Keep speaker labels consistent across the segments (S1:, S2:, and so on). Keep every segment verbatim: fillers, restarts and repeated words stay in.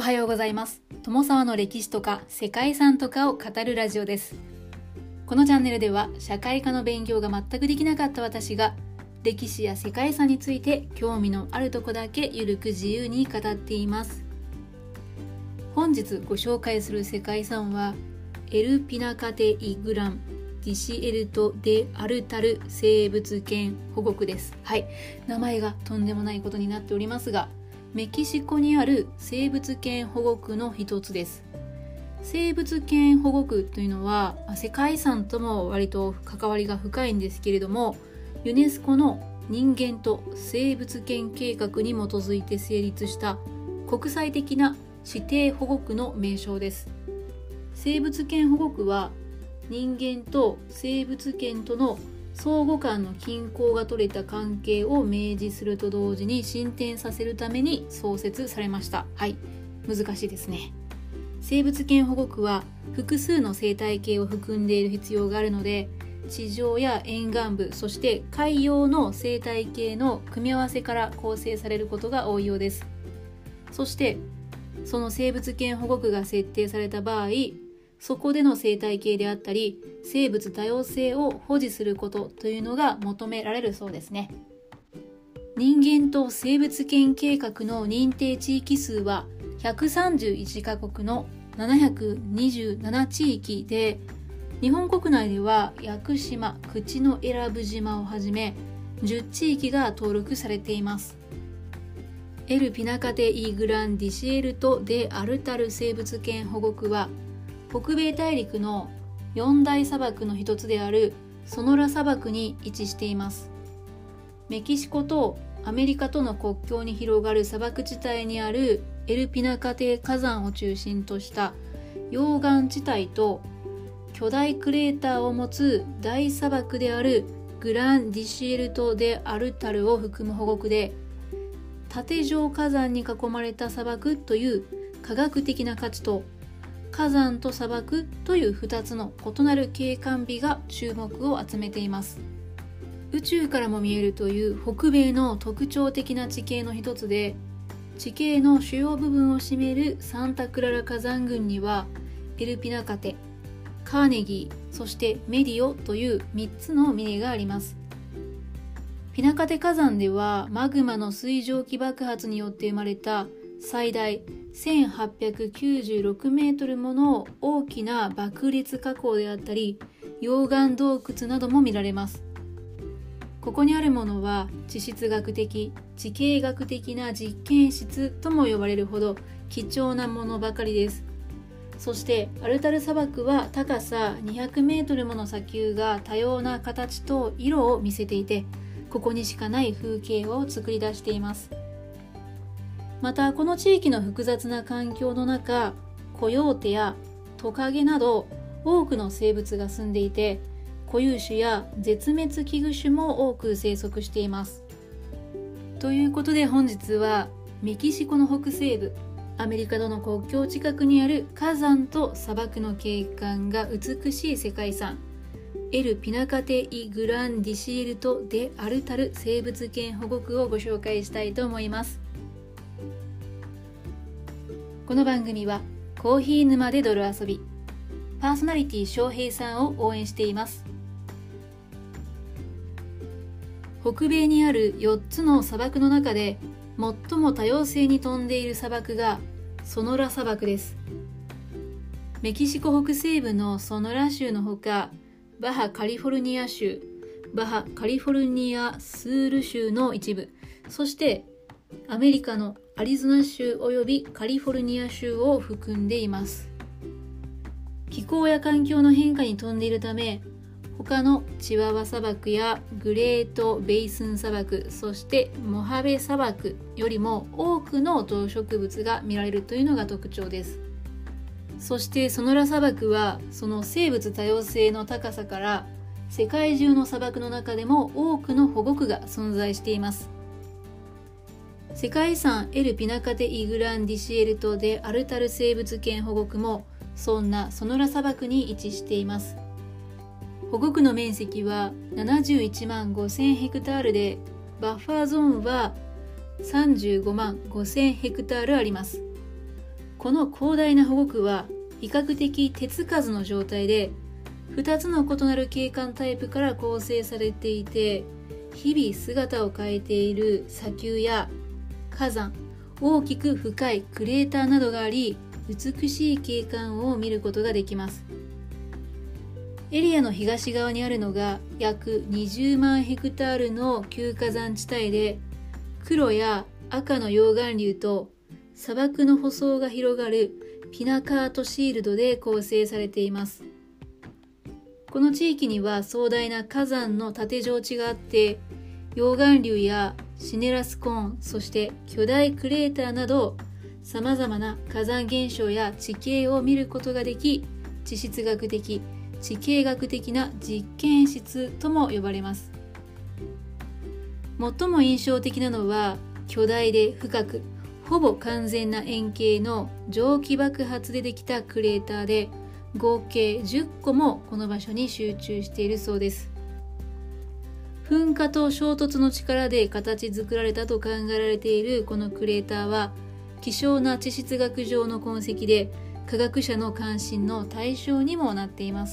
S1: おはようございます。友沢の歴史とか世界遺産とかを語るラジオです。このチャンネルでは社会科の勉強が全くできなかった私が歴史や世界遺産について興味のあるとこだけゆるく自由に語っています。本日ご紹介する世界遺産はエルピナカテ・イ・グラン・ディシエルト・デ・アルタル生物圏保護区です。はい、名前がとんでもないことになっておりますが、メキシコにある生物圏保護区の一つです。生物圏保護区というのは世界遺産とも割と関わりが深いんですけれども、ユネスコの人間と生物圏計画に基づいて成立した国際的な指定保護区の名称です。生物圏保護区は人間と生物圏との相互間の均衡が取れた関係を明示すると同時に進展させるために創設されました。はい、難しいですね。生物圏保護区は複数の生態系を含んでいる必要があるので、地上や沿岸部、そして海洋の生態系の組み合わせから構成されることが多いようです。そしてその生物圏保護区が設定された場合、そこでの生態系であったり生物多様性を保持することというのが求められるそうですね。人間と生物圏計画の認定地域数はひゃくさんじゅういちカ国のななひゃくにじゅうなな地域で、日本国内では屋久島、口永良部島をはじめじゅう地域が登録されています。エルピナカテ・イ・グラン・ディシエルト・デ・アルタル生物圏保護区は北米大陸の四大砂漠の一つであるソノラ砂漠に位置しています。メキシコとアメリカとの国境に広がる砂漠地帯にあるエルピナカテ火山を中心とした溶岩地帯と巨大クレーターを持つ大砂漠であるグラン・ディシエルト・デ・アルタルを含む保護区で、縦状火山に囲まれた砂漠という科学的な価値と火山と砂漠というふたつの異なる景観美が注目を集めています。宇宙からも見えるという北米の特徴的な地形の一つで、地形の主要部分を占めるサンタクララ火山群にはエルピナカテ、カーネギー、そしてメディオというみっつの峰があります。ピナカテ火山ではマグマの水蒸気爆発によって生まれた最大せんはっぴゃくきゅうじゅうろくメートルもの大きな爆裂火口であったり溶岩洞窟なども見られます。ここにあるものは地質学的、地形学的な実験室とも呼ばれるほど貴重なものばかりです。そしてアルタル砂漠は高さにひゃくメートルもの砂丘が多様な形と色を見せていて、ここにしかない風景を作り出しています。またこの地域の複雑な環境の中、コヨーテやトカゲなど多くの生物が住んでいて、固有種や絶滅危惧種も多く生息しています。ということで本日はメキシコの北西部、アメリカとの国境近くにある火山と砂漠の景観が美しい世界遺産エルピナカテ・イ・グラン・ディシエルト・デ・アルタル生物圏保護区をご紹介したいと思います。この番組はコーヒー沼で泥遊び、パーソナリティ翔平さんを応援しています。北米にあるよっつの砂漠の中で最も多様性に富んでいる砂漠がソノラ砂漠です。メキシコ北西部のソノラ州のほか、バハカリフォルニア州、バハカリフォルニアスール州の一部、そしてアメリカのアリゾナ州およびカリフォルニア州を含んでいます。気候や環境の変化に富んでいるため、他のチワワ砂漠やグレートベイスン砂漠、そしてモハベ砂漠よりも多くの動植物が見られるというのが特徴です。そしてソノラ砂漠はその生物多様性の高さから世界中の砂漠の中でも多くの保護区が存在しています。世界遺産エルピナカテ・イ・グラン・ディシエルト・デ・アルタル生物圏保護区もそんなソノラ砂漠に位置しています。保護区の面積はななじゅういちまんごせんヘクタールで、バッファーゾーンはさんじゅうごまんごせんヘクタールあります。 この広大な保護区は比較的手つかずの状態で、ふたつの異なる景観タイプから構成されていて、日々姿を変えている砂丘や火山、大きく深いクレーターなどがあり、美しい景観を見ることができます。エリアの東側にあるのが約にじゅうまんヘクタールの旧火山地帯で、黒や赤の溶岩流と砂漠の舗装が広がるピナカートシールドで構成されています。この地域には壮大な火山の縦上地があって、溶岩流やシネラスコーン、そして巨大クレーターなど様々な火山現象や地形を見ることができ、地質学的、地形学的な実験室とも呼ばれます。最も印象的なのは、巨大で深く、ほぼ完全な円形の蒸気爆発でできたクレーターで、合計じゅっこもこの場所に集中しているそうです。噴火と衝突の力で形作られたと考えられているこのクレーターは、希少な地質学上の痕跡で、科学者の関心の対象にもなっています。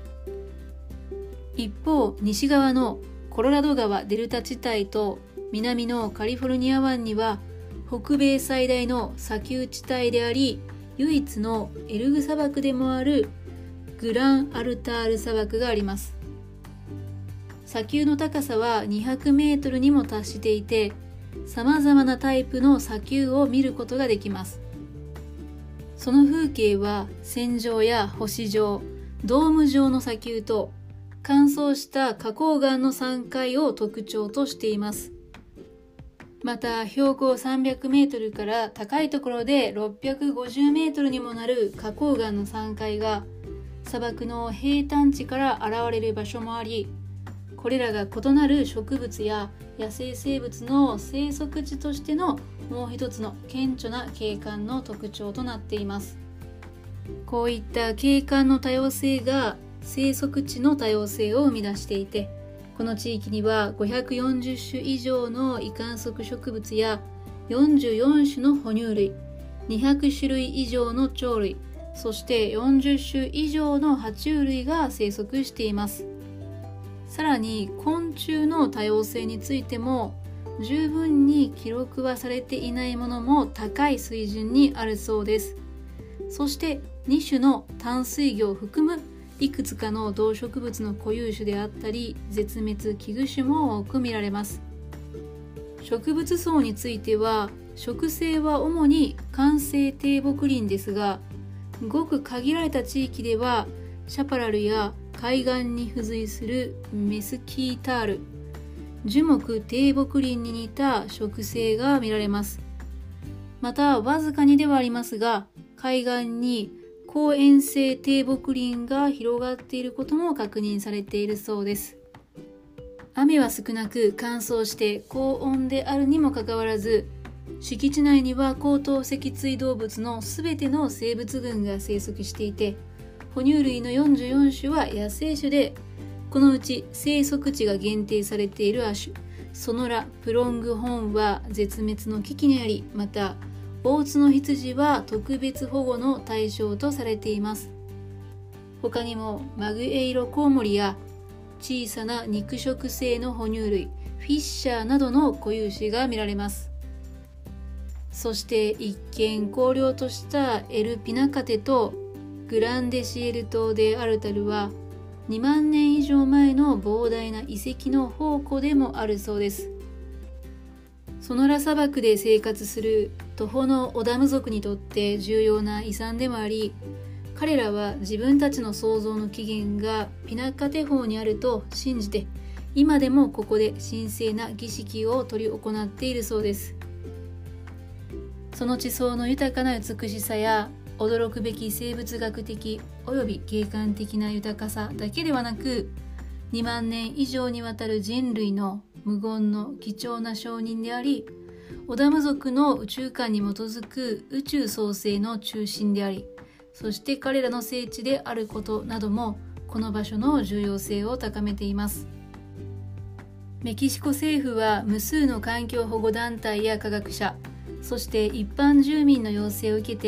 S1: 一方、西側のコロラド川デルタ地帯と南のカリフォルニア湾には、北米最大の砂丘地帯であり、唯一のエルグ砂漠でもあるグランアルタール砂漠があります。砂丘の高さはにひゃくメートルにも達していて、様々なタイプの砂丘を見ることができます。その風景は線状や星状、ドーム状の砂丘と乾燥した花崗岩の山塊を特徴としています。また標高さんびゃくメートルから高いところでろっぴゃくごじゅうメートルにもなる花崗岩の山塊が砂漠の平坦地から現れる場所もあり、これらが異なる植物や野生生物の生息地としてのもう一つの顕著な景観の特徴となっています。こういった景観の多様性が生息地の多様性を生み出していて、この地域にはごひゃくよんじゅっしゅ以上の異観測植物やよんじゅうよんしゅの哺乳類、にひゃくしゅるい以上の鳥類、そしてよんじゅっしゅ以上の爬虫類が生息しています。さらに昆虫の多様性についても十分に記録はされていないものも高い水準にあるそうです。そしてにしゅの淡水魚を含むいくつかの動植物の固有種であったり、絶滅危惧種も多く見られます。植物層については、植生は主に完成低木林ですが、ごく限られた地域ではシャパラルや海岸に付随するメスキータール、樹木低木林に似た植生が見られます。またわずかにではありますが、海岸に高円性低木林が広がっていることも確認されているそうです。雨は少なく乾燥して高温であるにもかかわらず、敷地内には高等脊椎動物のすべての生物群が生息していて、哺乳類のよんじゅうよんしゅは野生種で、このうち生息地が限定されている亜種ソノラ・プロングホーンは絶滅の危機にあり、またオオツノヒツジは特別保護の対象とされています。他にもマグエイロコウモリや小さな肉食性の哺乳類フィッシャーなどの固有種が見られます。そして一見荒涼としたエル・ピナカテとグランデシエル島でアルタルはにまんねん以上前の膨大な遺跡の宝庫でもあるそうです。ソノラ砂漠で生活するトホのオダム族にとって重要な遺産でもあり、彼らは自分たちの創造の起源がピナカテ峰にあると信じて、今でもここで神聖な儀式を執り行っているそうです。その地層の豊かな美しさや驚くべき生物学的および景観的な豊かさだけではなく、にまんねん以上にわたる人類の無言の貴重な証人であり、オダム族の宇宙観に基づく宇宙創生の中心であり、そして彼らの聖地であることなどもこの場所の重要性を高めています。メキシコ政府は無数の環境保護団体や科学者、そして一般住民の要請を受けて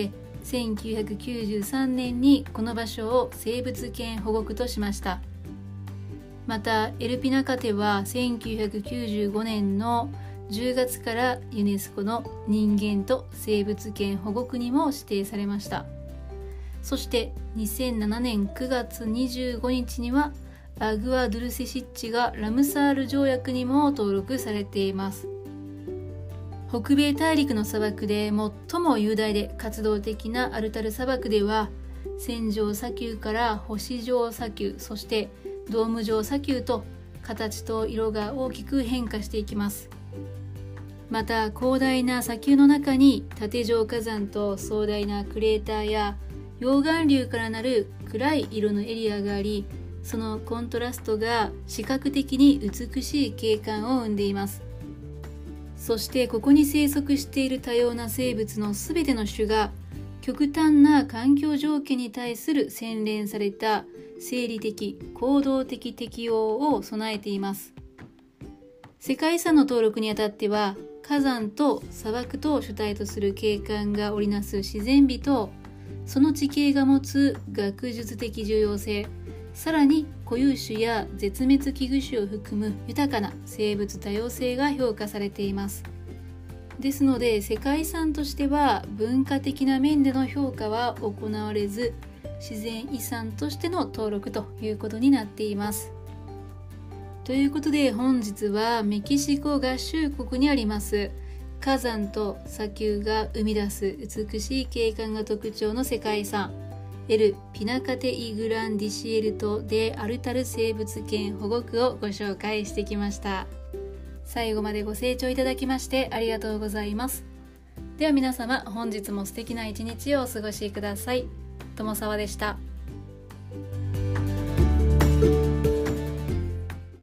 S1: せんきゅうひゃくきゅうじゅうさんねんにこの場所を生物圏保護区としました。またエルピナカテはせんきゅうひゃくきゅうじゅうごねんのじゅうがつからユネスコの人間と生物圏保護区にも指定されました。そしてにせんななねんくがつにじゅうごにちにはアグア・ドゥルセ湿地がラムサール条約にも登録されています。北米大陸の砂漠で最も雄大で活動的なアルタル砂漠では、線状砂丘から星状砂丘、そしてドーム状砂丘と形と色が大きく変化していきます。また広大な砂丘の中に縦状火山と壮大なクレーターや溶岩流からなる暗い色のエリアがあり、そのコントラストが視覚的に美しい景観を生んでいます。そしてここに生息している多様な生物のすべての種が極端な環境条件に対する洗練された生理的・行動的適応を備えています。世界遺産の登録にあたっては、火山と砂漠と主体とする景観が織りなす自然美と、その地形が持つ学術的重要性、さらに固有種や絶滅危惧種を含む豊かな生物多様性が評価されています。ですので世界遺産としては文化的な面での評価は行われず、自然遺産としての登録ということになっています。ということで本日はメキシコ合衆国にあります火山と砂丘が生み出す美しい景観が特徴の世界遺産エル・ピナカテ・イ・グランディシエルト・デ・アルタル生物圏保護区をご紹介してきました。最後までご清聴いただきましてありがとうございます。では皆様、本日も素敵な一日をお過ごしください。友沢でした。